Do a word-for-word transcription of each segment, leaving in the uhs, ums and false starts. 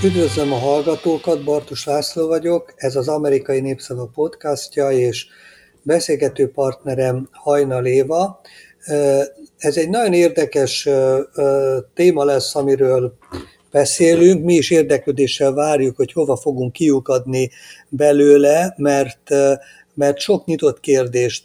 Üdvözlöm a hallgatókat, Bartus László vagyok, ez az Amerikai Népszava podcastja, és beszélgető partnerem Hajnal Éva. Ez egy nagyon érdekes téma lesz, amiről beszélünk. Mi is érdeklődéssel várjuk, hogy hova fogunk kiukadni belőle, mert, mert sok nyitott kérdést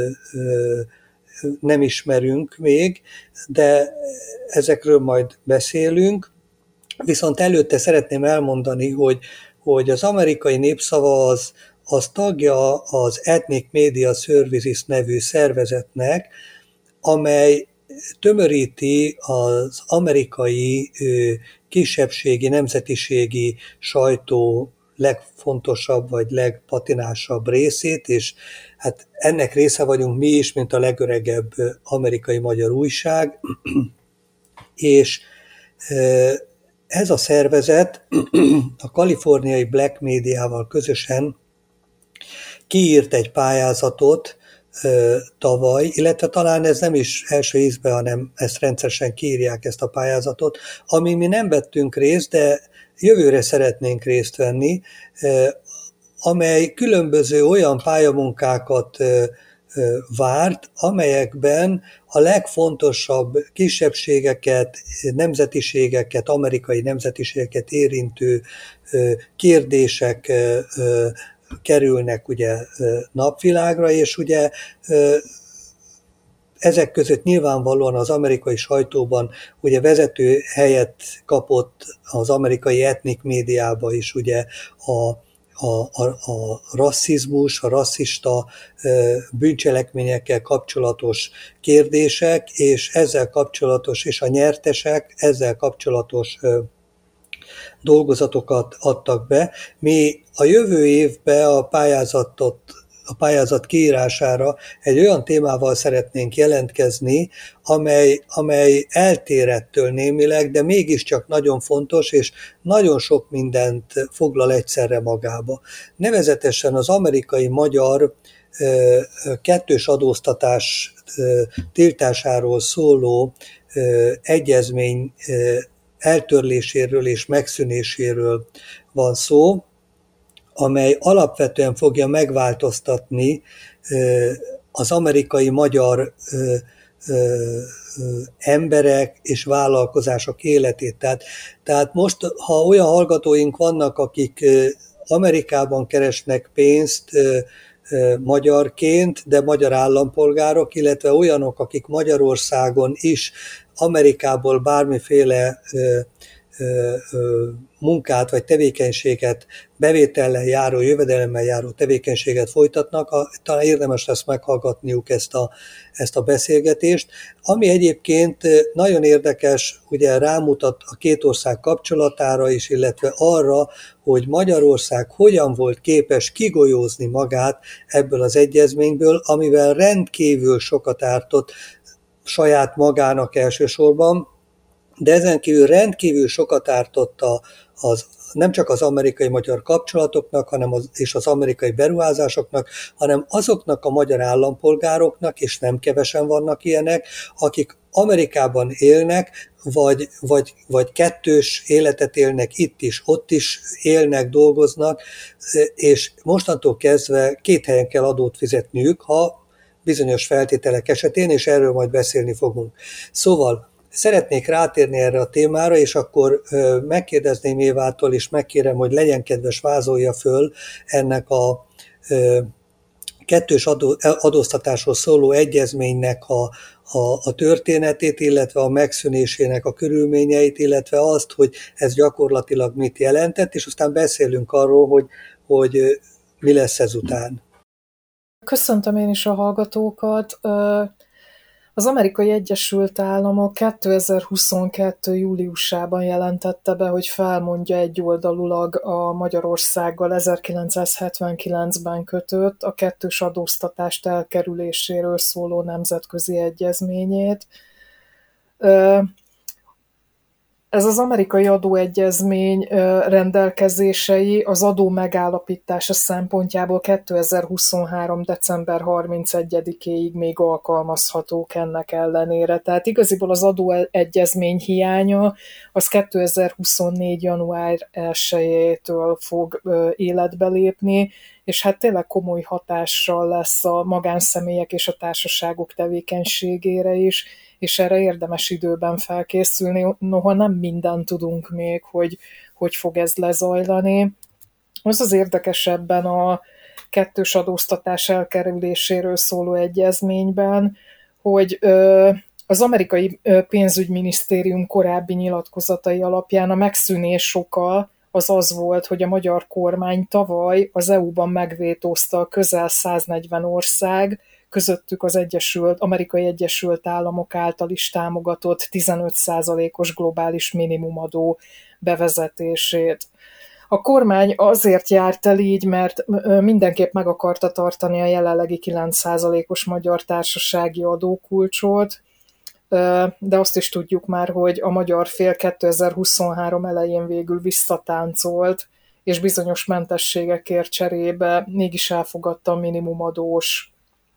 nem ismerünk még, de ezekről majd beszélünk. Viszont előtte szeretném elmondani, hogy, hogy az Amerikai Népszava az, az tagja az Ethnic Media Services nevű szervezetnek, amely tömöríti az amerikai kisebbségi, nemzetiségi sajtó legfontosabb vagy legpatinásabb részét, és hát ennek része vagyunk mi is, mint a legöregebb amerikai magyar újság, és ez a szervezet a kaliforniai Black Médiával közösen kiírt egy pályázatot tavaly, illetve talán ez nem is első ízben, hanem ezt rendszeresen kiírják, ezt a pályázatot, ami mi nem vettünk részt, de jövőre szeretnénk részt venni, amely különböző olyan pályamunkákat várt, amelyekben a legfontosabb kisebbségeket, nemzetiségeket, amerikai nemzetiségeket érintő kérdések kerülnek ugye napvilágra, és ugye ezek között nyilvánvalóan az amerikai sajtóban ugye vezető helyet kapott az amerikai Ethnic Médiába is ugye a A, a, a rasszizmus, a rasszista bűncselekményekkel kapcsolatos kérdések, és ezzel kapcsolatos, és a nyertesek ezzel kapcsolatos dolgozatokat adtak be. Mi a jövő évben a pályázatot a pályázat kiírására egy olyan témával szeretnénk jelentkezni, amely, amely eltér ettől némileg, de mégiscsak nagyon fontos, és nagyon sok mindent foglal egyszerre magába. Nevezetesen az amerikai-magyar kettős adóztatás tiltásáról szóló egyezmény eltörléséről és megszűnéséről van szó, amely alapvetően fogja megváltoztatni az amerikai-magyar emberek és vállalkozások életét. Tehát, tehát most, ha olyan hallgatóink vannak, akik Amerikában keresnek pénzt magyarként, de magyar állampolgárok, illetve olyanok, akik Magyarországon is Amerikából bármiféle munkát vagy tevékenységet, bevétellel járó, jövedelemmel járó tevékenységet folytatnak, talán érdemes lesz meghallgatniuk ezt a, ezt a beszélgetést. Ami egyébként nagyon érdekes, ugye rámutat a két ország kapcsolatára is, illetve arra, hogy Magyarország hogyan volt képes kigolyózni magát ebből az egyezményből, amivel rendkívül sokat ártott saját magának elsősorban, de ezen kívül rendkívül sokat ártotta az, nem csak az amerikai-magyar kapcsolatoknak, hanem az, és az amerikai beruházásoknak, hanem azoknak a magyar állampolgároknak, és nem kevesen vannak ilyenek, akik Amerikában élnek, vagy, vagy, vagy kettős életet élnek itt is, ott is élnek, dolgoznak, és mostantól kezdve két helyen kell adót fizetniük, ha bizonyos feltételek esetén, és erről majd beszélni fogunk. Szóval szeretnék rátérni erre a témára, és akkor megkérdezném Évától, és megkérem, hogy legyen kedves, vázolja föl ennek a kettős adó, adóztatásról szóló egyezménynek a, a, a történetét, illetve a megszűnésének a körülményeit, illetve azt, hogy ez gyakorlatilag mit jelentett, és aztán beszélünk arról, hogy, hogy mi lesz ezután. Köszöntöm én is a hallgatókat. Az Amerikai Egyesült Államok kétezer-huszonkettő júliusában jelentette be, hogy felmondja egyoldalúlag a Magyarországgal ezerkilencszázhetvenkilencben kötött a kettős adóztatást elkerüléséről szóló nemzetközi egyezményét. Ez az amerikai adóegyezmény rendelkezései az adó megállapítása szempontjából kétezer-huszonhárom. december harmincegyedikéig még alkalmazhatók ennek ellenére. Tehát igaziból az adóegyezmény hiánya az kétezer-huszonnégy. január elsejétől fog életbe lépni, és hát tényleg komoly hatással lesz a magánszemélyek és a társaságok tevékenységére is, és erre érdemes időben felkészülni, noha nem mindent tudunk még, hogy hogy fog ez lezajlani. Az az érdekesebben a kettős adóztatás elkerüléséről szóló egyezményben, hogy az amerikai pénzügyminisztérium korábbi nyilatkozatai alapján a megszűnés oka az az volt, hogy a magyar kormány tavaly az é u-ban megvétózta a közel száznegyven ország, közöttük az Egyesült, Amerikai Egyesült Államok által is támogatott tizenöt százalékos globális minimumadó bevezetését. A kormány azért járt el így, mert mindenképp meg akarta tartani a jelenlegi kilenc százalékos magyar társasági adókulcsot, de azt is tudjuk már, hogy a magyar fél kétezer-huszonhárom elején végül visszatáncolt, és bizonyos mentességekért cserébe mégis elfogadta a minimumadós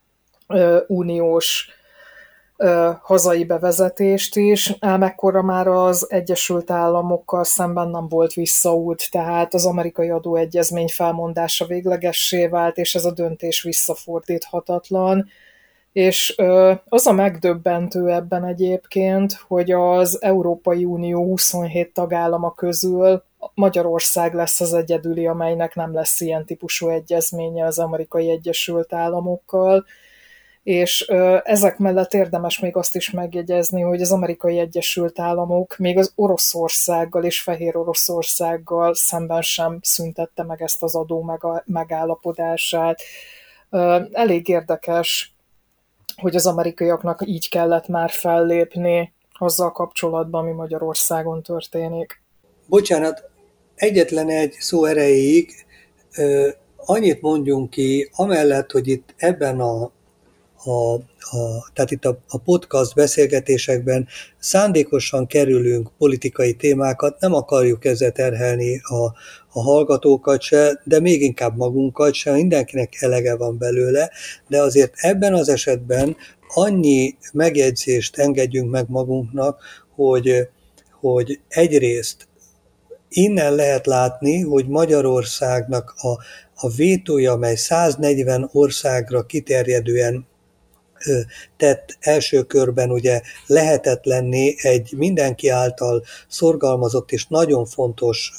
uniós hazai bevezetést is, ám ekkora már az Egyesült Államokkal szemben nem volt visszaút, tehát az amerikai adóegyezmény felmondása véglegessé vált, és ez a döntés visszafordíthatatlan. És az a megdöbbentő ebben egyébként, hogy az Európai Unió huszonhét tagállama közül Magyarország lesz az egyedüli, amelynek nem lesz ilyen típusú egyezménye az Amerikai Egyesült Államokkal, és ezek mellett érdemes még azt is megjegyezni, hogy az Amerikai Egyesült Államok még az Oroszországgal és Fehér Oroszországgal szemben sem szüntette meg ezt az adó megállapodását. Elég érdekes, hogy az amerikaiaknak így kellett már fellépni azzal kapcsolatban, ami Magyarországon történik. Bocsánat, egyetlen egy szó erejéig annyit mondjunk ki, amellett, hogy itt ebben a A, a, tehát itt a, a podcast beszélgetésekben szándékosan kerülünk politikai témákat, nem akarjuk ezzel terhelni a, a hallgatókat se, de még inkább magunkat se, mindenkinek elege van belőle, de azért ebben az esetben annyi megjegyzést engedjünk meg magunknak, hogy, hogy egyrészt innen lehet látni, hogy Magyarországnak a, a vétója, amely száznegyven országra kiterjedően tett első körben ugye lehetetlenné egy mindenki által szorgalmazott és nagyon fontos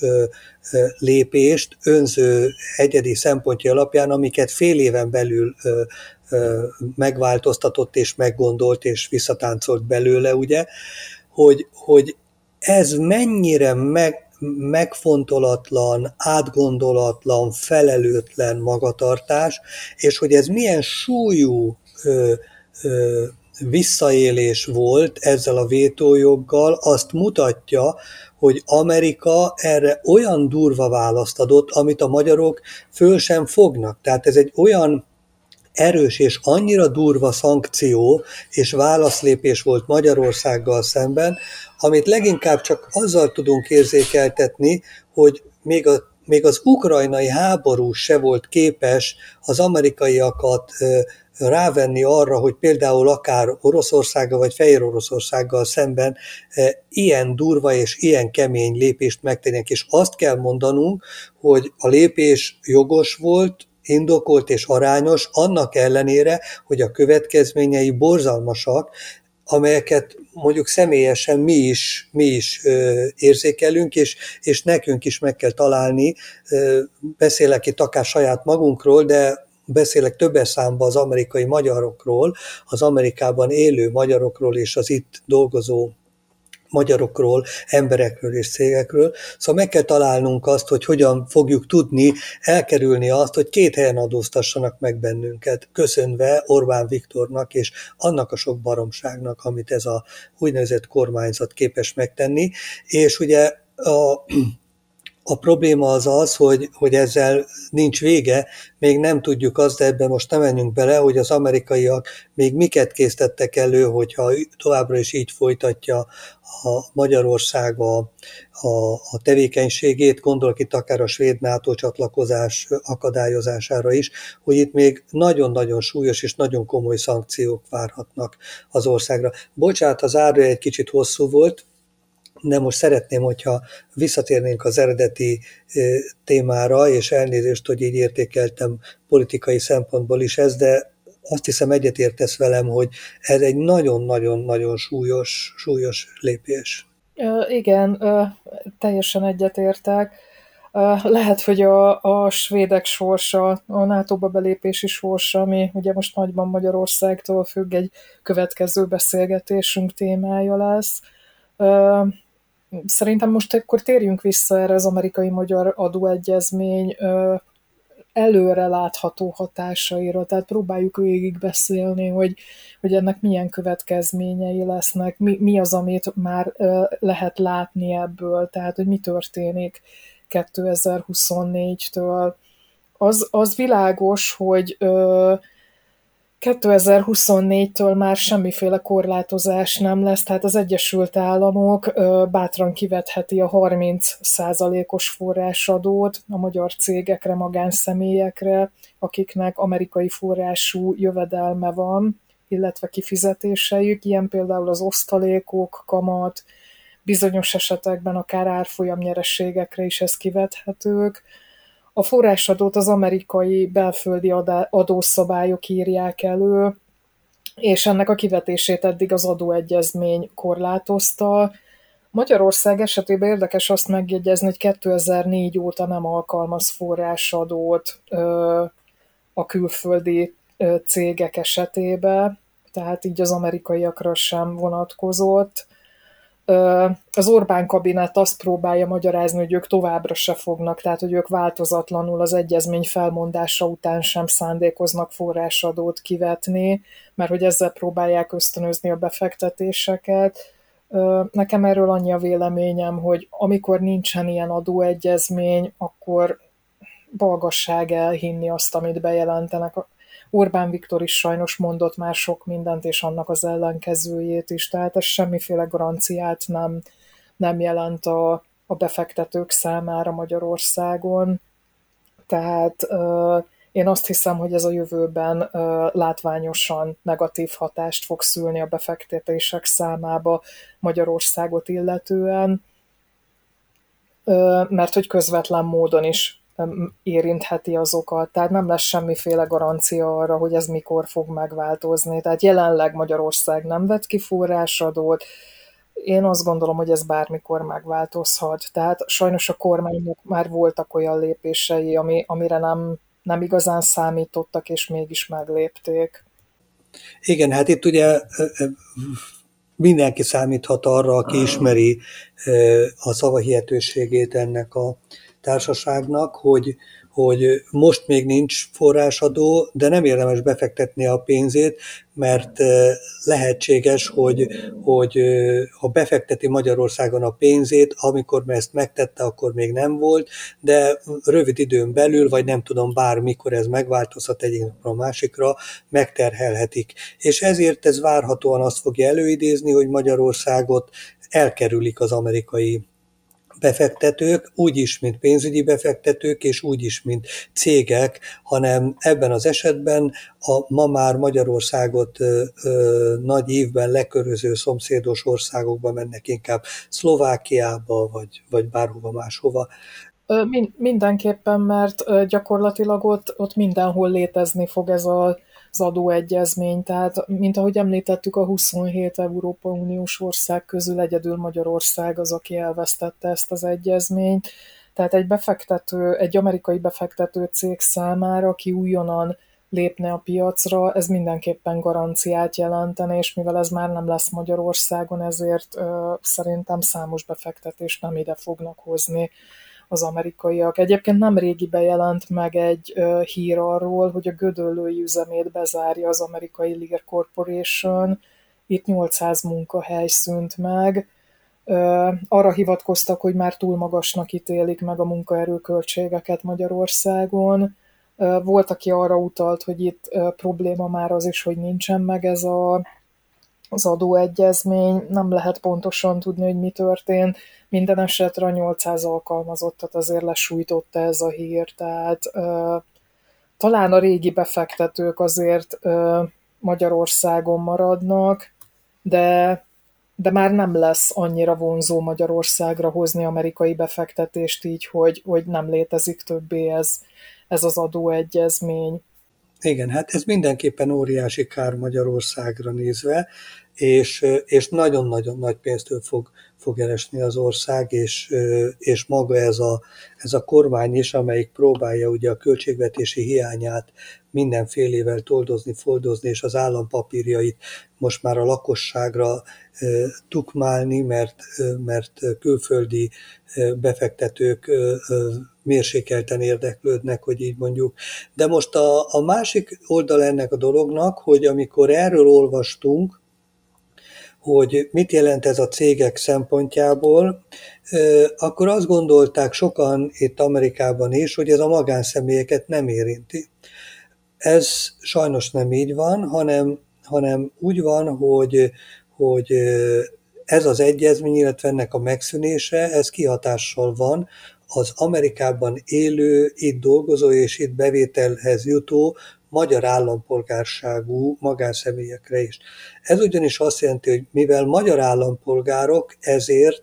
lépést önző egyedi szempontja alapján, amiket fél éven belül megváltoztatott és meggondolt és visszatáncolt belőle, ugye, hogy, hogy ez mennyire meg, megfontolatlan, átgondolatlan, felelőtlen magatartás, és hogy ez milyen súlyú ö, ö, visszaélés volt ezzel a vétójoggal, azt mutatja, hogy Amerika erre olyan durva választ adott, amit a magyarok föl sem fognak. Tehát ez egy olyan erős és annyira durva szankció és válaszlépés volt Magyarországgal szemben, amit leginkább csak azzal tudunk érzékeltetni, hogy még, a, még az ukrajnai háború se volt képes az amerikaiakat rávenni arra, hogy például akár Oroszországgal vagy Fehér Oroszországgal szemben ilyen durva és ilyen kemény lépést megtennek. És azt kell mondanunk, hogy a lépés jogos volt, indokolt és arányos, annak ellenére, hogy a következményei borzalmasak, amelyeket mondjuk személyesen mi is, mi is ö, érzékelünk, és, és nekünk is meg kell találni. Ö, beszélek itt akár saját magunkról, de beszélek többes számban az amerikai magyarokról, az Amerikában élő magyarokról és az itt dolgozó magyarokról, emberekről és cégekről. Szóval meg kell találnunk azt, hogy hogyan fogjuk tudni elkerülni azt, hogy két helyen adóztassanak meg bennünket, köszönve Orbán Viktornak és annak a sok baromságnak, amit ez a úgynevezett kormányzat képes megtenni. És ugye a A probléma az az, hogy, hogy ezzel nincs vége, még nem tudjuk azt, de ebben most nem menjünk bele, hogy az amerikaiak még miket készítettek elő, hogyha továbbra is így folytatja a Magyarország a, a, a tevékenységét, gondolok itt akár a svéd NATO csatlakozás akadályozására is, hogy itt még nagyon-nagyon súlyos és nagyon komoly szankciók várhatnak az országra. Bocsánat, az árja egy kicsit hosszú volt, de most szeretném, hogyha visszatérnénk az eredeti témára, és elnézést, hogy így értékeltem politikai szempontból is ez, de azt hiszem egyetértesz velem, hogy ez egy nagyon-nagyon-nagyon súlyos, súlyos lépés. Igen, teljesen egyetértek. Lehet, hogy a, a svédek sorsa, a nátóba belépési sorsa, ami ugye most nagyban Magyarországtól függ, egy következő beszélgetésünk témája lesz. Szerintem most akkor térjünk vissza erre az amerikai-magyar adóegyezmény előre látható hatásaira, tehát próbáljuk végig beszélni, hogy, hogy ennek milyen következményei lesznek, mi, mi az, amit már lehet látni ebből, tehát hogy mi történik kétezer-huszonnégytől. Az, az világos, hogy kétezer-huszonnégytől már semmiféle korlátozás nem lesz, tehát az Egyesült Államok bátran kivetheti a harminc százalékos forrásadót a magyar cégekre, magánszemélyekre, akiknek amerikai forrású jövedelme van, illetve kifizetéseik, ilyen például az osztalékok, kamat, bizonyos esetekben akár árfolyamnyereségekre is ez kivethetők. A forrásadót az amerikai belföldi adószabályok írják elő, és ennek a kivetését eddig az adóegyezmény korlátozta. Magyarország esetében érdekes azt megjegyezni, hogy kétezer-négy óta nem alkalmaz forrásadót a külföldi cégek esetében, tehát így az amerikaiakra sem vonatkozott. Az Orbán kabinet azt próbálja magyarázni, hogy ők továbbra se fognak, tehát hogy ők változatlanul az egyezmény felmondása után sem szándékoznak forrásadót kivetni, mert hogy ezzel próbálják ösztönözni a befektetéseket. Nekem erről annyi a véleményem, hogy amikor nincsen ilyen adóegyezmény, akkor balgasság elhinni azt, amit bejelentenek. Orbán Viktor is sajnos mondott már sok mindent, és annak az ellenkezőjét is, tehát ez semmiféle garanciát nem, nem jelent a, a befektetők számára Magyarországon. Tehát euh, én azt hiszem, hogy ez a jövőben euh, látványosan negatív hatást fog szülni a befektetések számába Magyarországot illetően, euh, mert hogy közvetlen módon is érintheti azokat, tehát nem lesz semmiféle garancia arra, hogy ez mikor fog megváltozni. Tehát jelenleg Magyarország nem vett ki forrásadót, én azt gondolom, hogy ez bármikor megváltozhat. Tehát sajnos a kormánynak már voltak olyan lépései, ami, amire nem, nem igazán számítottak, és mégis meglépték. Igen, hát itt ugye mindenki számíthat arra, aki ismeri a szavahihetőségét ennek a társaságnak, hogy, hogy most még nincs forrásadó, de nem érdemes befektetni a pénzét, mert lehetséges, hogy, hogy ha befekteti Magyarországon a pénzét, amikor ezt megtette, akkor még nem volt, de rövid időn belül, vagy nem tudom, bármikor ez megváltozhat egyik napra a másikra, megterhelhetik. És ezért ez várhatóan azt fogja előidézni, hogy Magyarországot elkerülik az amerikai befektetők, úgy is, mint pénzügyi befektetők, és úgy is, mint cégek, hanem ebben az esetben a ma már Magyarországot ö, ö, nagy ívben leköröző szomszédos országokba mennek, inkább Szlovákiába, vagy, vagy bárhova máshova. Mindenképpen, mert gyakorlatilag ott, ott mindenhol létezni fog ez a az adóegyezmény, tehát mint ahogy említettük, a huszonhét Európai Uniós ország közül egyedül Magyarország az, aki elvesztette ezt az egyezményt, tehát egy befektető, egy amerikai befektető cég számára, aki újonnan lépne a piacra, ez mindenképpen garanciát jelentene, és mivel ez már nem lesz Magyarországon, ezért ö, szerintem számos befektetést nem ide fognak hozni az amerikaiak. Egyébként nem régi bejelent meg egy uh, hír arról, hogy a gödöllői üzemét bezárja az amerikai Lear Corporation. Itt nyolcszáz munkahely szűnt meg. arra hivatkoztak, hogy már túl magasnak ítélik meg a munkaerőköltségeket Magyarországon. Volt, aki arra utalt, hogy itt probléma már az is, hogy nincsen meg ez a, az adóegyezmény, nem lehet pontosan tudni, hogy mi történt. Minden esetre a nyolcszáz alkalmazottat azért lesújtotta ez a hír, tehát talán a régi befektetők azért Magyarországon maradnak, de de már nem lesz annyira vonzó Magyarországra hozni amerikai befektetést így, hogy, hogy nem létezik többé ez, ez az adóegyezmény. Igen, hát ez mindenképpen óriási kár Magyarországra nézve, és, és nagyon-nagyon nagy pénztől fog, fog elesni az ország, és, és maga ez a, ez a kormány is, amelyik próbálja ugye a költségvetési hiányát mindenfélével toldozni, foldozni, és az állampapírjait most már a lakosságra tukmálni, mert, mert külföldi befektetők mérsékelten érdeklődnek, hogy így mondjuk. De most a, a másik oldal ennek a dolognak, hogy amikor erről olvastunk, hogy mit jelent ez a cégek szempontjából, akkor azt gondolták sokan itt Amerikában is, hogy ez a magánszemélyeket nem érinti. Ez sajnos nem így van, hanem, hanem úgy van, hogy, hogy ez az egyezmény, illetve ennek a megszűnése, ez kihatással van az Amerikában élő, itt dolgozó és itt bevételhez jutó magyar állampolgárságú magánszemélyekre is. Ez ugyanis azt jelenti, hogy mivel magyar állampolgárok, ezért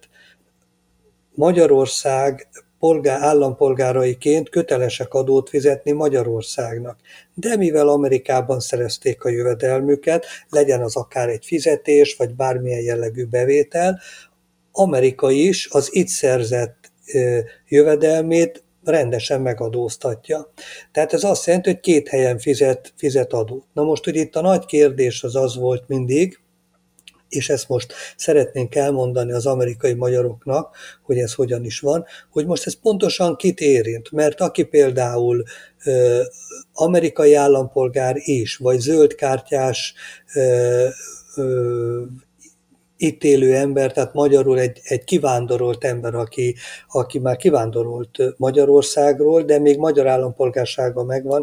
Magyarország polgár, állampolgáraiként kötelesek adót fizetni Magyarországnak. De mivel Amerikában szerezték a jövedelmüket, legyen az akár egy fizetés, vagy bármilyen jellegű bevétel, Amerika is az itt szerzett jövedelmét rendesen megadóztatja. Tehát ez azt jelenti, hogy két helyen fizet, fizet adót. Na most, hogy itt a nagy kérdés az az volt mindig, és ezt most szeretnénk elmondani az amerikai magyaroknak, hogy ez hogyan is van, hogy most ez pontosan kit érint, mert aki például ö, amerikai állampolgár is, vagy zöldkártyás ö, ö, itt élő ember, tehát magyarul egy, egy kivándorolt ember, aki, aki már kivándorolt Magyarországról, de még magyar állampolgársága megvan,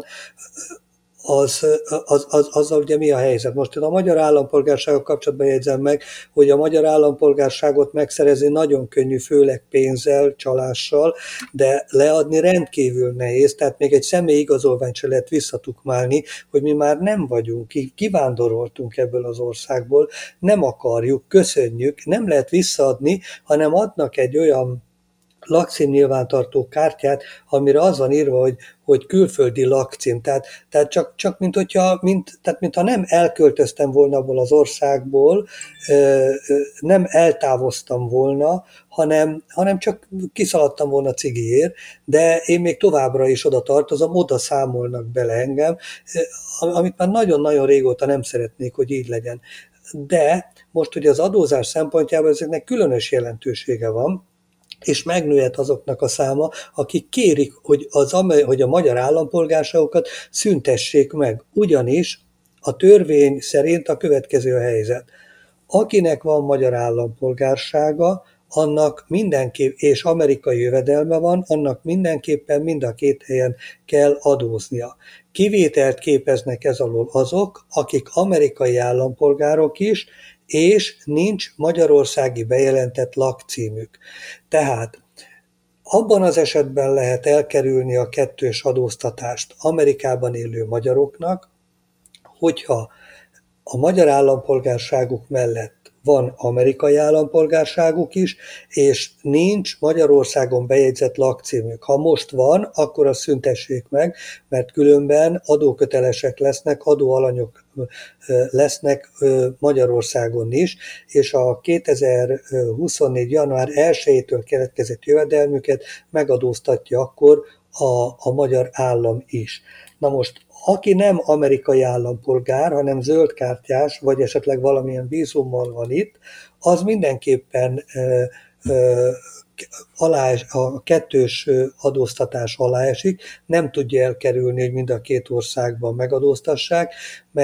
az, az, az, azzal ugye mi a helyzet? Most a magyar állampolgársággal kapcsolatban jegyzem meg, hogy a magyar állampolgárságot megszerezni nagyon könnyű, főleg pénzzel, csalással, de leadni rendkívül nehéz, tehát még egy személyi igazolványt se lehet visszatukmálni, hogy mi már nem vagyunk, kivándoroltunk ebből az országból, nem akarjuk, köszönjük, nem lehet visszaadni, hanem adnak egy olyan lakcím nyilvántartó kártyát, amire az van írva, hogy, hogy külföldi lakcím. Tehát, tehát csak, csak mint, hogyha, mint, tehát mintha nem elköltöztem volna abból az országból, nem eltávoztam volna, hanem, hanem csak kiszaladtam volna cigiért, de én még továbbra is oda tartozom, oda számolnak bele engem, amit már nagyon-nagyon régóta nem szeretnék, hogy így legyen. De most ugye az adózás szempontjából ezeknek különös jelentősége van, és megnőhet azoknak a száma, akik kérik, hogy, az, hogy a magyar állampolgárságokat szüntessék meg. Ugyanis a törvény szerint a következő a helyzet. Akinek van magyar állampolgársága, annak mindenképp, és amerikai jövedelme van, annak mindenképpen mind a két helyen kell adóznia. Kivételt képeznek ez alól azok, akik amerikai állampolgárok is, és nincs magyarországi bejelentett lakcímük. Tehát abban az esetben lehet elkerülni a kettős adóztatást Amerikában élő magyaroknak, hogyha a magyar állampolgárságuk mellett van amerikai állampolgárságuk is, és nincs Magyarországon bejegyzett lakcímük. Ha most van, akkor azt szüntessék meg, mert különben adókötelesek lesznek, adóalanyok lesznek Magyarországon is, és a kétezer-huszonnégy. január elsejétől keletkezett jövedelmüket megadóztatja akkor a, a magyar állam is. Na most, aki nem amerikai állampolgár, hanem zöldkártyás, vagy esetleg valamilyen vízummal van itt, az mindenképpen ö, ö, alá, a kettős adóztatás alá esik, nem tudja elkerülni, hogy mind a két országban megadóztassák, mert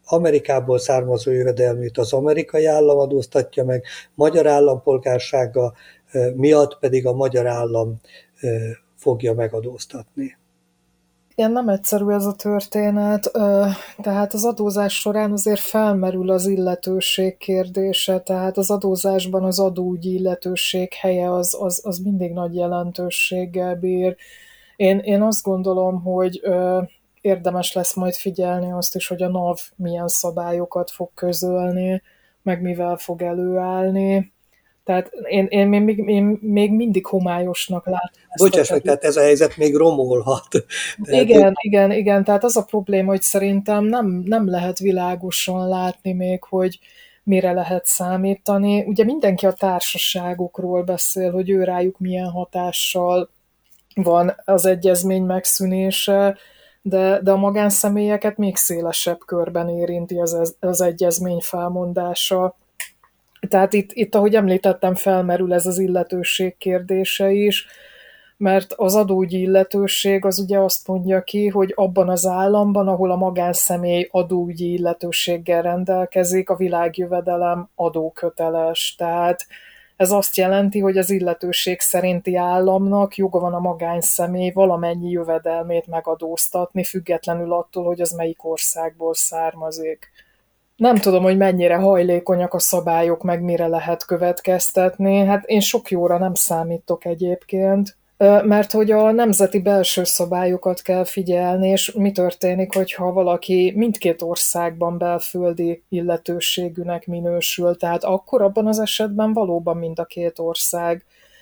Amerikából származó jövedelmét az amerikai állam adóztatja meg, magyar állampolgársága miatt pedig a magyar állam fogja megadóztatni. Igen, nem egyszerű ez a történet, tehát az adózás során azért felmerül az illetőség kérdése, tehát az adózásban az adóügyi illetőség helye az, az, az mindig nagy jelentőséggel bír. Én, én azt gondolom, hogy érdemes lesz majd figyelni azt is, hogy a NAV milyen szabályokat fog közölni, meg mivel fog előállni. Tehát én, én, én, még, én még mindig homályosnak látom. Bocsáss meg, tehát ez a helyzet még romolhat. Tehát igen, én... igen, igen, tehát az a probléma, hogy szerintem nem, nem lehet világosan látni még, hogy mire lehet számítani. Ugye mindenki a társaságokról beszél, hogy ő rájuk milyen hatással van az egyezmény megszűnése, de, de a magánszemélyeket még szélesebb körben érinti az, az egyezmény felmondása. Tehát itt, itt, ahogy említettem, felmerül ez az illetőség kérdése is, mert az adóügyi illetőség az ugye azt mondja ki, hogy abban az államban, ahol a magánszemély adóügyi illetőséggel rendelkezik, a világjövedelem adóköteles. Tehát ez azt jelenti, hogy az illetőség szerinti államnak joga van a magánszemély valamennyi jövedelmét megadóztatni, függetlenül attól, hogy az melyik országból származik. Nem tudom, hogy mennyire hajlékonyak a szabályok, meg mire lehet következtetni. Hát én sok jóra nem számítok egyébként, mert hogy a nemzeti belső szabályokat kell figyelni, és mi történik, hogyha valaki mindkét országban belföldi illetőségűnek minősül. Tehát akkor abban az esetben valóban mind a két ország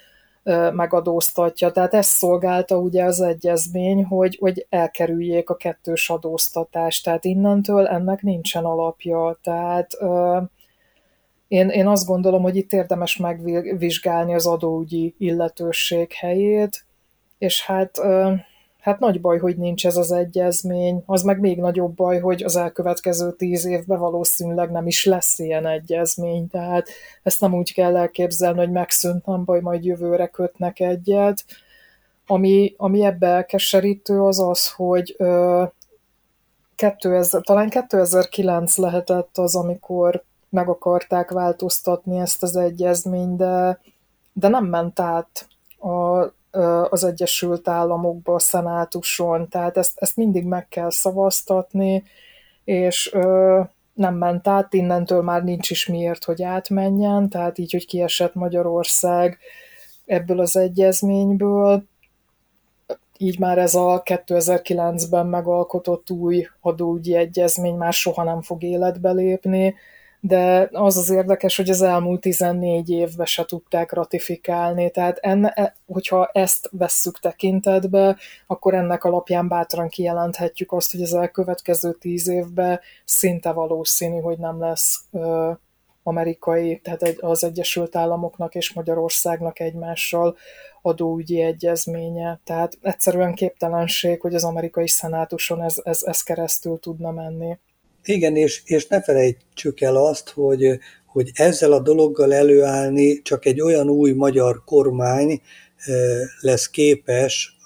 megadóztatja. Tehát ezt szolgálta ugye az egyezmény, hogy, hogy elkerüljék a kettős adóztatást. Tehát innentől ennek nincsen alapja. Tehát euh, én, én azt gondolom, hogy itt érdemes megvizsgálni az adóügyi illetőség helyét, és hát, euh, hát nagy baj, hogy nincs ez az egyezmény. Az meg még nagyobb baj, hogy az elkövetkező tíz évben valószínűleg nem is lesz ilyen egyezmény. Tehát ezt nem úgy kell elképzelni, hogy megszűnt, nem baj, majd jövőre kötnek egyet. Ami, ami ebbe elkeserítő az az, hogy ö, kétezer, talán kétezer-kilenc lehetett az, amikor meg akarták változtatni ezt az egyezményt, de, de nem ment át a az Egyesült Államokba, a szenátuson, tehát ezt, ezt mindig meg kell szavaztatni, és ö, nem ment át, innentől már nincs is miért, hogy átmenjen, tehát így, hogy kiesett Magyarország ebből az egyezményből, így már ez a kétezer-kilencben megalkotott új adóügyi egyezmény már soha nem fog életbe lépni, de az az érdekes, hogy az elmúlt tizennégy évben se tudták ratifikálni, tehát enne, hogyha ezt vesszük tekintetbe, akkor ennek alapján bátran kijelenthetjük azt, hogy az elkövetkező tíz évben szinte valószínű, hogy nem lesz ö, amerikai, tehát az Egyesült Államoknak és Magyarországnak egymással adóügyi egyezménye. Tehát egyszerűen képtelenség, hogy az amerikai szenátuson ez, ez, ez keresztül tudna menni. Igen, és, és ne felejtsük el azt, hogy, hogy ezzel a dologgal előállni csak egy olyan új magyar kormány lesz képes,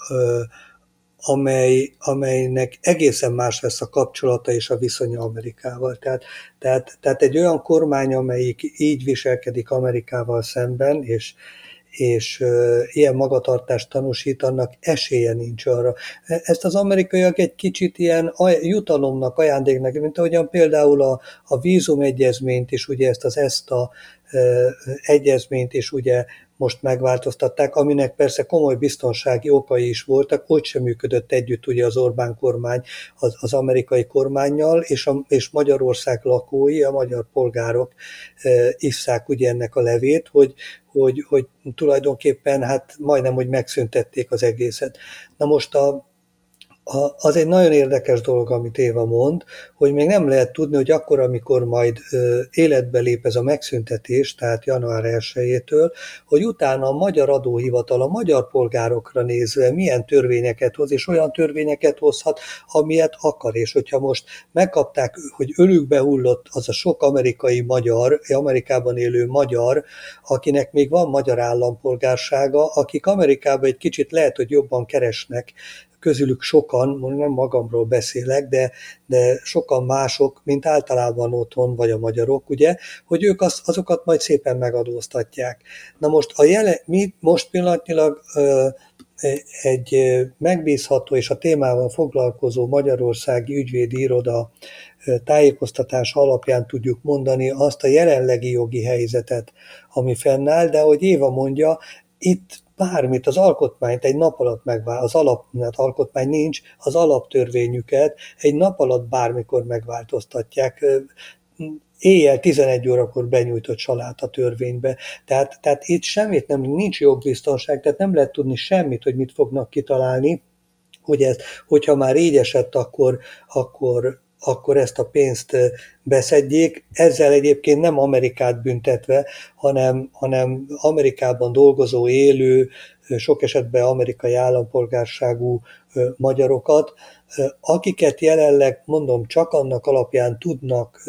amely, amelynek egészen más lesz a kapcsolata és a viszonya Amerikával. Tehát, tehát, tehát egy olyan kormány, amelyik így viselkedik Amerikával szemben, és, és uh, ilyen magatartást tanúsít, annak esélye nincs arra. Ezt az amerikaiak egy kicsit ilyen jutalomnak, ajándéknak, mint ahogyan például a, a vízumegyezményt is, ugye ezt az ESTA uh, egyezményt is ugye most megváltoztatták, aminek persze komoly biztonsági okai is voltak, ott sem működött együtt ugye az Orbán kormány az, az amerikai kormánnyal, és, a, és Magyarország lakói, a magyar polgárok e, isszák ugye ennek a levét, hogy, hogy, hogy tulajdonképpen hát majdnem, hogy megszüntették az egészet. Na most a az egy nagyon érdekes dolog, amit Éva mond, hogy még nem lehet tudni, hogy akkor, amikor majd életbe lép ez a megszüntetés, tehát január elsejétől, hogy utána a Magyar Adóhivatal a magyar polgárokra nézve milyen törvényeket hoz, és olyan törvényeket hozhat, amilyet akar. És hogyha most megkapták, hogy ölükbe hullott az a sok amerikai magyar, Amerikában élő magyar, akinek még van magyar állampolgársága, akik Amerikában egy kicsit lehet, hogy jobban keresnek, közülük sokan, nem magamról beszélek, de, de sokan mások, mint általában otthon, vagy a magyarok, ugye, hogy ők az, azokat majd szépen megadóztatják. Na most a jele, mi most pillanatnyilag egy megbízható és a témával foglalkozó magyarországi ügyvédi iroda tájékoztatása alapján tudjuk mondani azt a jelenlegi jogi helyzetet, ami fennáll, de ahogy Éva mondja, itt bármit, az alkotmányt egy nap alatt megvál, az alap, mert alkotmány nincs, az alaptörvényüket egy nap alatt bármikor megváltoztatják, éjjel tizenegy órakor benyújtott salát a törvénybe. Tehát, tehát itt semmit nem, nincs jogbiztonság, tehát nem lehet tudni semmit, hogy mit fognak kitalálni, hogy ez, hogyha már így esett, akkor, akkor, akkor ezt a pénzt beszedjék. Ezzel egyébként nem Amerikát büntetve, hanem, hanem Amerikában dolgozó, élő, sok esetben amerikai állampolgárságú magyarokat, akiket jelenleg, mondom, csak annak alapján tudnak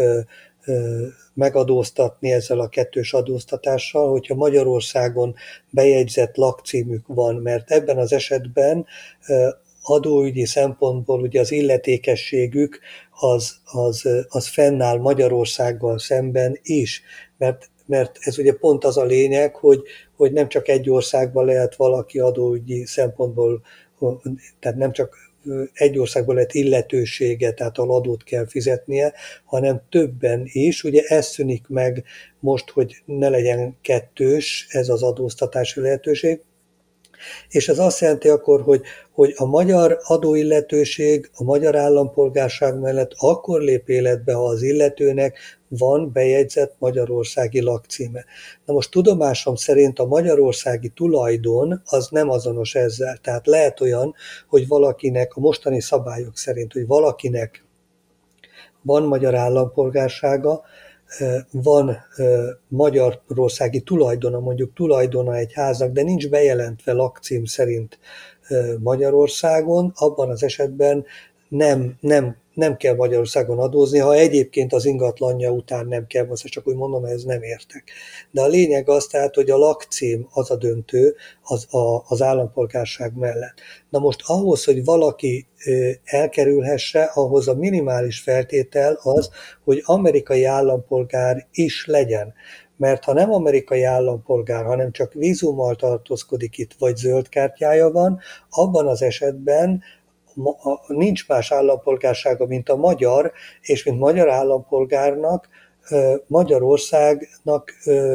megadóztatni ezzel a kettős adóztatással, hogyha Magyarországon bejegyzett lakcímük van, mert ebben az esetben adóügyi szempontból ugye az illetékességük az, az, az fennáll Magyarországgal szemben is, mert, mert ez ugye pont az a lényeg, hogy, hogy nem csak egy országban lehet valaki adóügyi szempontból, tehát nem csak egy országban lehet illetősége, tehát adót kell fizetnie, hanem többen is. Ugye ez szűnik meg most, hogy ne legyen kettős ez az adóztatási lehetőség, és ez azt jelenti akkor, hogy, hogy a magyar adóilletőség a magyar állampolgárság mellett akkor lép életbe, ha az illetőnek van bejegyzett magyarországi lakcíme. Na most tudomásom szerint a magyarországi tulajdon az nem azonos ezzel. Tehát lehet olyan, hogy valakinek, a mostani szabályok szerint, hogy valakinek van magyar állampolgársága, van magyarországi tulajdona, mondjuk tulajdona egy háznak, de nincs bejelentve lakcím szerint Magyarországon, abban az esetben nem, nem, nem kell Magyarországon adózni, ha egyébként az ingatlanja után nem kell, most csak úgy mondom, ez nem értek. De a lényeg az tehát, hogy a lakcím az a döntő az, a, az állampolgárság mellett. Na most ahhoz, hogy valaki elkerülhesse, ahhoz a minimális feltétel az, hogy amerikai állampolgár is legyen. Mert ha nem amerikai állampolgár, hanem csak vízummal tartózkodik itt, vagy zöld kártyája van, abban az esetben nincs más állampolgársága, mint a magyar, és mint magyar állampolgárnak Magyarországnak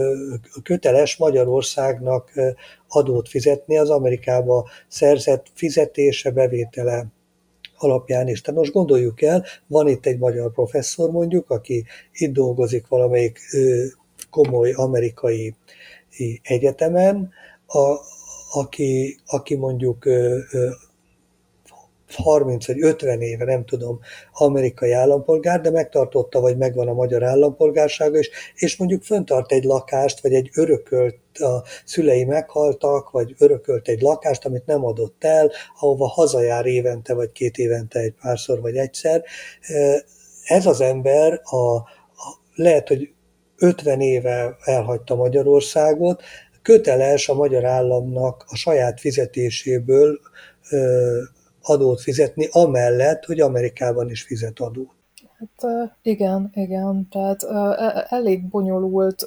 köteles Magyarországnak adót fizetni az Amerikába szerzett fizetése, bevétele alapján is. Tehát most gondoljuk el, van itt egy magyar professzor mondjuk, aki itt dolgozik valamelyik komoly amerikai egyetemen, a, aki, aki mondjuk harminc vagy ötven éve, nem tudom, amerikai állampolgár, de megtartotta, vagy megvan a magyar állampolgársága is, és mondjuk föntart egy lakást, vagy egy örökölt, a szülei meghaltak, vagy örökölt egy lakást, amit nem adott el, ahova hazajár évente, vagy két évente egy párszor, vagy egyszer. Ez az ember a, a, lehet, hogy ötven éve elhagyta Magyarországot, köteles a magyar államnak a saját fizetéséből adót fizetni, amellett, hogy Amerikában is fizet adót. Hát igen, igen, tehát elég bonyolult,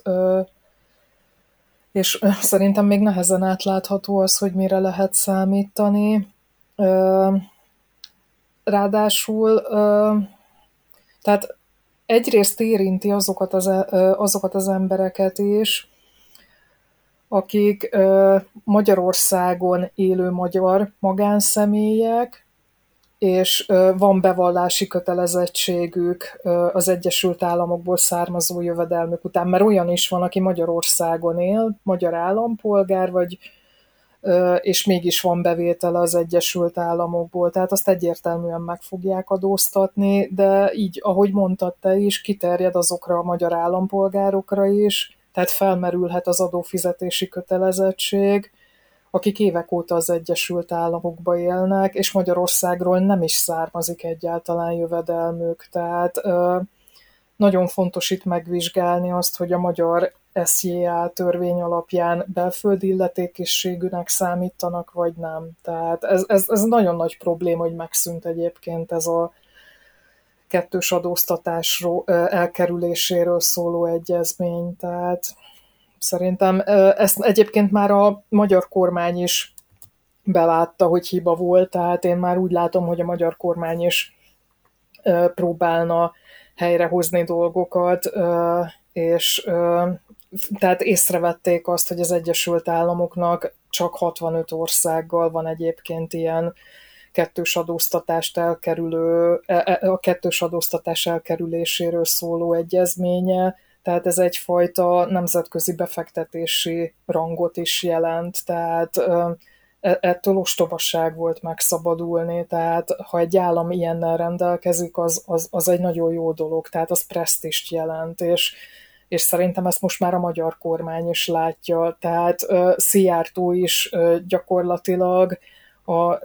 és szerintem még nehezen átlátható az, hogy mire lehet számítani. Ráadásul, tehát egyrészt érinti azokat az, azokat az embereket is, akik Magyarországon élő magyar magánszemélyek, és van bevallási kötelezettségük az Egyesült Államokból származó jövedelmük után, mert olyan is van, aki Magyarországon él, magyar állampolgár, vagy, és mégis van bevétele az Egyesült Államokból, tehát azt egyértelműen meg fogják adóztatni, de így, ahogy mondtad te is, kiterjed azokra a magyar állampolgárokra is, tehát felmerülhet az adófizetési kötelezettség, akik évek óta az Egyesült Államokba élnek, és Magyarországról nem is származik egyáltalán jövedelmük. Tehát nagyon fontos itt megvizsgálni azt, hogy a magyar es jé á törvény alapján belföldi illetékességűnek számítanak, vagy nem. Tehát ez, ez, ez nagyon nagy probléma, hogy megszűnt egyébként ez a kettős adóztatásról elkerüléséről szóló egyezmény. Tehát szerintem ezt egyébként már a magyar kormány is belátta, hogy hiba volt, tehát én már úgy látom, hogy a magyar kormány is próbálna helyrehozni dolgokat, és tehát észrevették azt, hogy az Egyesült Államoknak csak hatvanöt országgal van egyébként ilyen kettős adóztatást elkerülő, a kettős adóztatás elkerüléséről szóló egyezménye, tehát ez egyfajta nemzetközi befektetési rangot is jelent, tehát ettől ostobaság volt megszabadulni, tehát ha egy állam ilyennel rendelkezik, az, az, az egy nagyon jó dolog, tehát az presztist jelent, és, és szerintem ezt most már a magyar kormány is látja, tehát uh, Szijjártó is uh, gyakorlatilag a,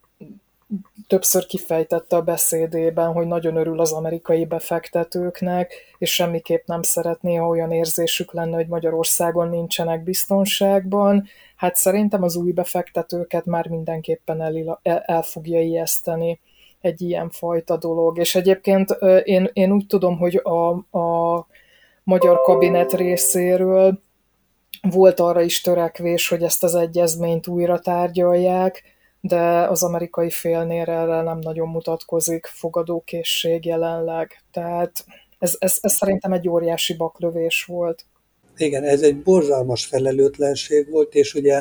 többször kifejtette a beszédében, hogy nagyon örül az amerikai befektetőknek, és semmiképp nem szeretné, ha olyan érzésük lenne, hogy Magyarországon nincsenek biztonságban. Hát szerintem az új befektetőket már mindenképpen el, el, el fogja ijeszteni egy ilyen fajta dolog. És egyébként én, én úgy tudom, hogy a, a magyar kabinet részéről volt arra is törekvés, hogy ezt az egyezményt újra tárgyalják, de az amerikai félnél erre nem nagyon mutatkozik fogadókészség jelenleg. Tehát ez, ez, ez szerintem egy óriási baklövés volt. Igen, ez egy borzalmas felelőtlenség volt, és ugye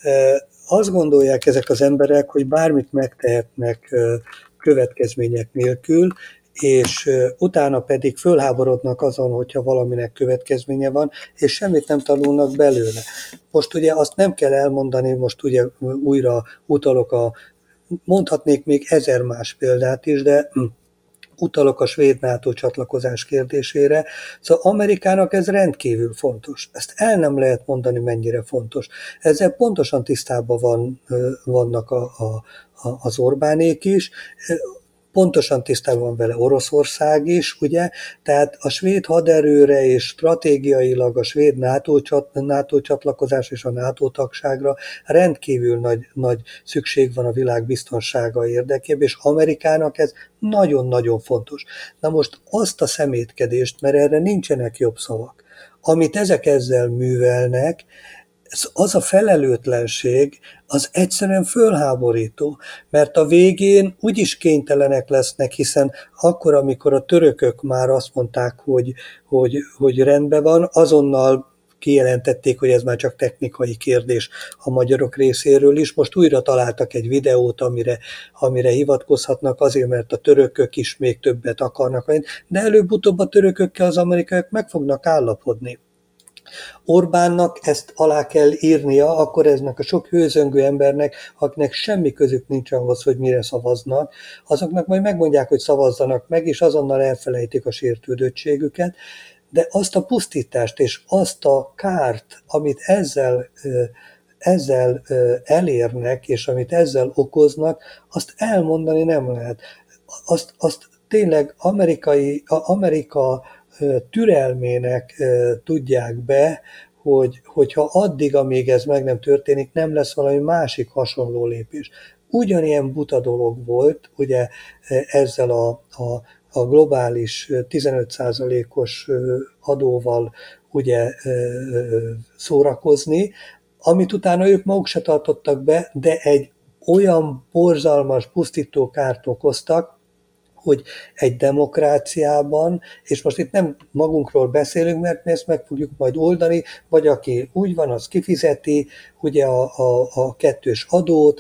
azt gondolják ezek az emberek, hogy bármit megtehetnek következmények nélkül, és utána pedig fölháborodnak azon, hogyha valaminek következménye van, és semmit nem tanulnak belőle. Most ugye azt nem kell elmondani, most ugye újra utalok a, mondhatnék még ezer más példát is, de utalok a svéd NATO csatlakozás kérdésére. Szóval Amerikának ez rendkívül fontos. Ezt el nem lehet mondani, mennyire fontos. Ezzel pontosan tisztában van, vannak a, a, az Orbánék is, pontosan tisztában van vele Oroszország is, ugye? Tehát a svéd haderőre és stratégiailag a svéd NATO, NATO csatlakozás és a NATO tagságra rendkívül nagy, nagy szükség van a világ biztonsága érdekében, és Amerikának ez nagyon-nagyon fontos. Na most azt a szemétkedést, mert erre nincsenek jobb szavak, amit ezek ezzel művelnek, az a felelőtlenség, az egyszerűen fölháborító, mert a végén úgyis kénytelenek lesznek, hiszen akkor, amikor a törökök már azt mondták, hogy, hogy, hogy rendben van, azonnal kijelentették, hogy ez már csak technikai kérdés a magyarok részéről is. Most újra találtak egy videót, amire, amire hivatkozhatnak azért, mert a törökök is még többet akarnak, de előbb-utóbb a törökökkel az amerikaiak meg fognak állapodni. Orbánnak ezt alá kell írnia, akkor eznek a sok hőzöngő embernek, akinek semmi közük nincs ahhoz, hogy mire szavaznak, azoknak majd megmondják, hogy szavazzanak meg, és azonnal elfelejtik a sértődöttségüket, de azt a pusztítást és azt a kárt, amit ezzel, ezzel elérnek, és amit ezzel okoznak, azt elmondani nem lehet. Azt, azt tényleg amerikai, Amerika türelmének tudják be, hogy, hogyha addig, amíg ez meg nem történik, nem lesz valami másik hasonló lépés. Ugyanilyen buta dolog volt, ugye ezzel a, a, a globális tizenöt százalékos adóval ugye szórakozni, amit utána ők maguk se tartottak be, de egy olyan borzalmas, pusztító kárt okoztak, hogy egy demokráciában, és most itt nem magunkról beszélünk, mert mi ezt meg fogjuk majd oldani, vagy aki úgy van, az kifizeti ugye a, a, a kettős adót,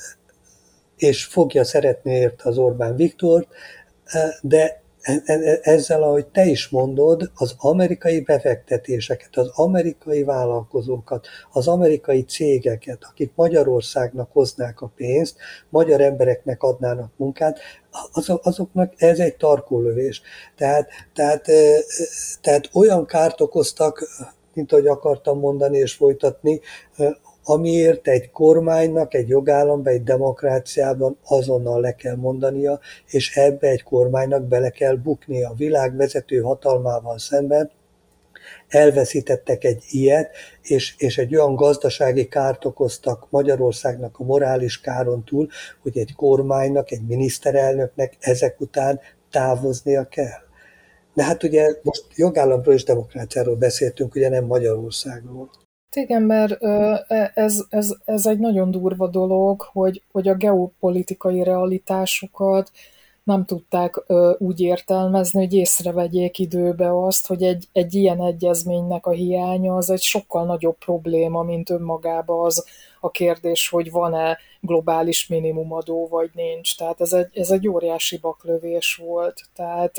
és fogja szeretni érte az Orbán Viktort, de ezzel, ahogy te is mondod, az amerikai befektetéseket, az amerikai vállalkozókat, az amerikai cégeket, akik Magyarországnak hoznák a pénzt, magyar embereknek adnának munkát, azoknak ez egy tarkólövés. Tehát, tehát, tehát olyan kárt okoztak, mint ahogy akartam mondani és folytatni, amiért egy kormánynak, egy jogállamban, egy demokráciában azonnal le kell mondania, és ebbe egy kormánynak bele kell buknia a világ vezető hatalmával szemben, elveszítettek egy ilyet, és, és egy olyan gazdasági kárt okoztak Magyarországnak a morális káron túl, hogy egy kormánynak, egy miniszterelnöknek ezek után távoznia kell. De hát ugye most jogállamról és demokráciáról beszéltünk, ugye nem Magyarországról. Igen, mert ez, ez, ez egy nagyon durva dolog, hogy, hogy a geopolitikai realitásokat nem tudták úgy értelmezni, hogy észrevegyék időbe azt, hogy egy, egy ilyen egyezménynek a hiánya az egy sokkal nagyobb probléma, mint önmagában az a kérdés, hogy van-e globális minimumadó, vagy nincs. Tehát ez egy, ez egy óriási baklövés volt. Tehát...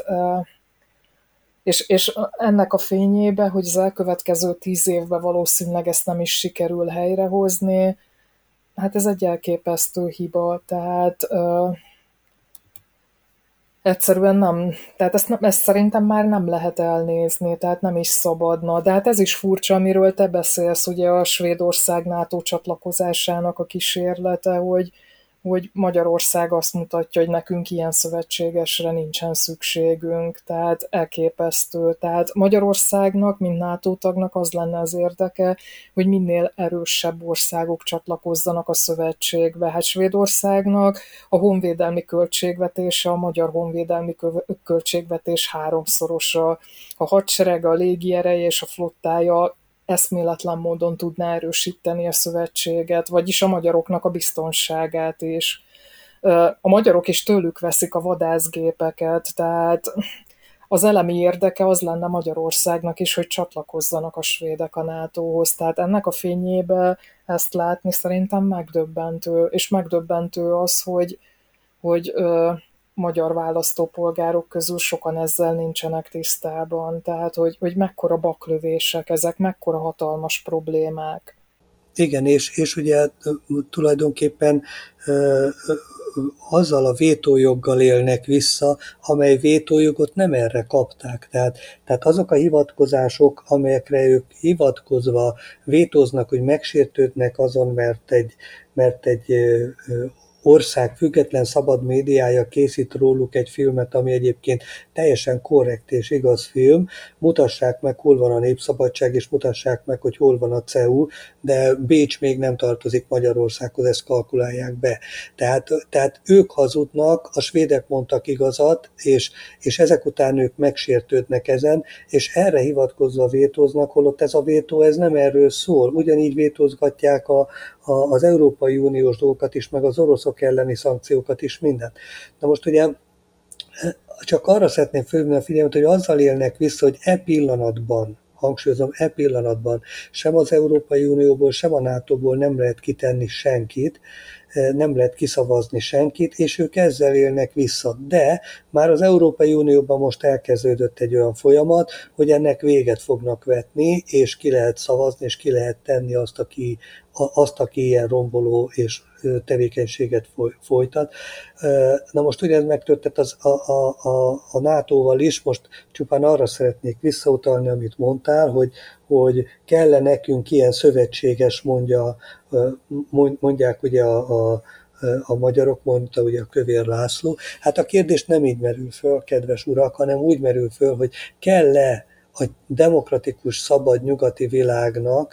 És, és ennek a fényében, hogy az elkövetkező tíz évben valószínűleg ezt nem is sikerül helyrehozni, hát ez egy elképesztő hiba, tehát ö, egyszerűen nem, tehát ezt, nem, ezt szerintem már nem lehet elnézni, tehát nem is szabadna, de hát ez is furcsa, amiről te beszélsz, ugye a Svédország NATO csatlakozásának a kísérlete, hogy hogy Magyarország azt mutatja, hogy nekünk ilyen szövetségesre nincsen szükségünk, tehát elképesztő. Tehát Magyarországnak, mint NATO tagnak az lenne az érdeke, hogy minél erősebb országok csatlakozzanak a szövetségbe. Hát Svédországnak a honvédelmi költségvetése a magyar honvédelmi költségvetés háromszorosa. A hadserege, a légiereje és a flottája eszméletlen módon tudná erősíteni a szövetséget, vagyis a magyaroknak a biztonságát is. A magyarok is tőlük veszik a vadászgépeket, tehát az elemi érdeke az lenne Magyarországnak is, hogy csatlakozzanak a svédek a nátóhoz. Tehát ennek a fényében ezt látni szerintem megdöbbentő, és megdöbbentő az, hogy, hogy magyar választópolgárok közül sokan ezzel nincsenek tisztában. Tehát, hogy, hogy mekkora baklövések ezek, mekkora hatalmas problémák. Igen, és, és ugye tulajdonképpen azzal a vétójoggal élnek vissza, amely vétójogot nem erre kapták. Tehát, tehát azok a hivatkozások, amelyekre ők hivatkozva vétóznak, hogy megsértődnek azon, mert egy, mert egy ország független szabad médiája készít róluk egy filmet, ami egyébként teljesen korrekt és igaz film, mutassák meg, hol van a népszabadság, és mutassák meg, hogy hol van a cé e u, de Bécs még nem tartozik Magyarországhoz, ezt kalkulálják be. Tehát, tehát ők hazudnak, a svédek mondtak igazat, és, és ezek után ők megsértődnek ezen, és erre hivatkozva vétóznak, holott ez a vétó ez nem erről szól. Ugyanígy vétózgatják a, a, az Európai Uniós dolgokat is, meg az oroszok elleni szankciókat is, mindent. Na most ugye csak arra szeretném fölhívni a figyelmet, hogy azzal élnek vissza, hogy e pillanatban, hangsúlyozom, e pillanatban sem az Európai Unióból, sem a nátóból nem lehet kitenni senkit, nem lehet kiszavazni senkit, és ők ezzel élnek vissza. De már az Európai Unióban most elkezdődött egy olyan folyamat, hogy ennek véget fognak vetni, és ki lehet szavazni, és ki lehet tenni azt, aki, azt, aki ilyen romboló és tevékenységet folytat. Na most ugyanez megtörtént az, a, a, a, a nátóval is, most csupán arra szeretnék visszautalni, amit mondtál, hogy, hogy kell nekünk ilyen szövetséges, mondja, mondják ugye a, a, a magyarok, mondta ugye a Kövér László. Hát a kérdés nem így merül föl, kedves urak, hanem úgy merül föl, hogy kell-e a demokratikus, szabad nyugati világnak,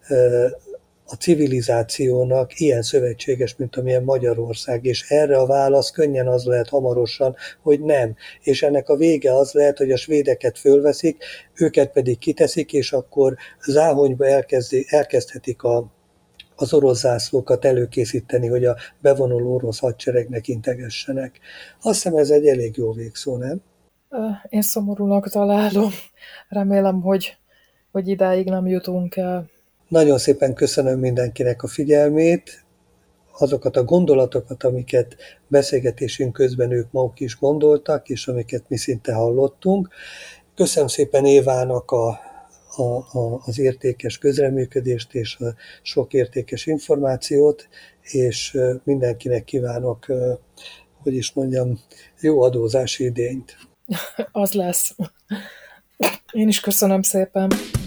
a civilizációnak ilyen szövetséges, mint amilyen Magyarország, és erre a válasz könnyen az lehet hamarosan, hogy nem. És ennek a vége az lehet, hogy a svédeket fölveszik, őket pedig kiteszik, és akkor záhonyba elkezdi, elkezdhetik a, az orosz zászlókat előkészíteni, hogy a bevonuló orosz hadseregnek integessenek. Azt hiszem, ez egy elég jó végszó, nem? Én szomorúnak találom. Remélem, hogy, hogy idáig nem jutunk el. Nagyon szépen köszönöm mindenkinek a figyelmét, azokat a gondolatokat, amiket beszélgetésünk közben ők maguk is gondoltak, és amiket mi szinte hallottunk. Köszönöm szépen Évának a, a, a, az értékes közreműködést és a sok értékes információt, és mindenkinek kívánok, hogy is mondjam, jó adózási idényt. Az lesz. Én is köszönöm szépen.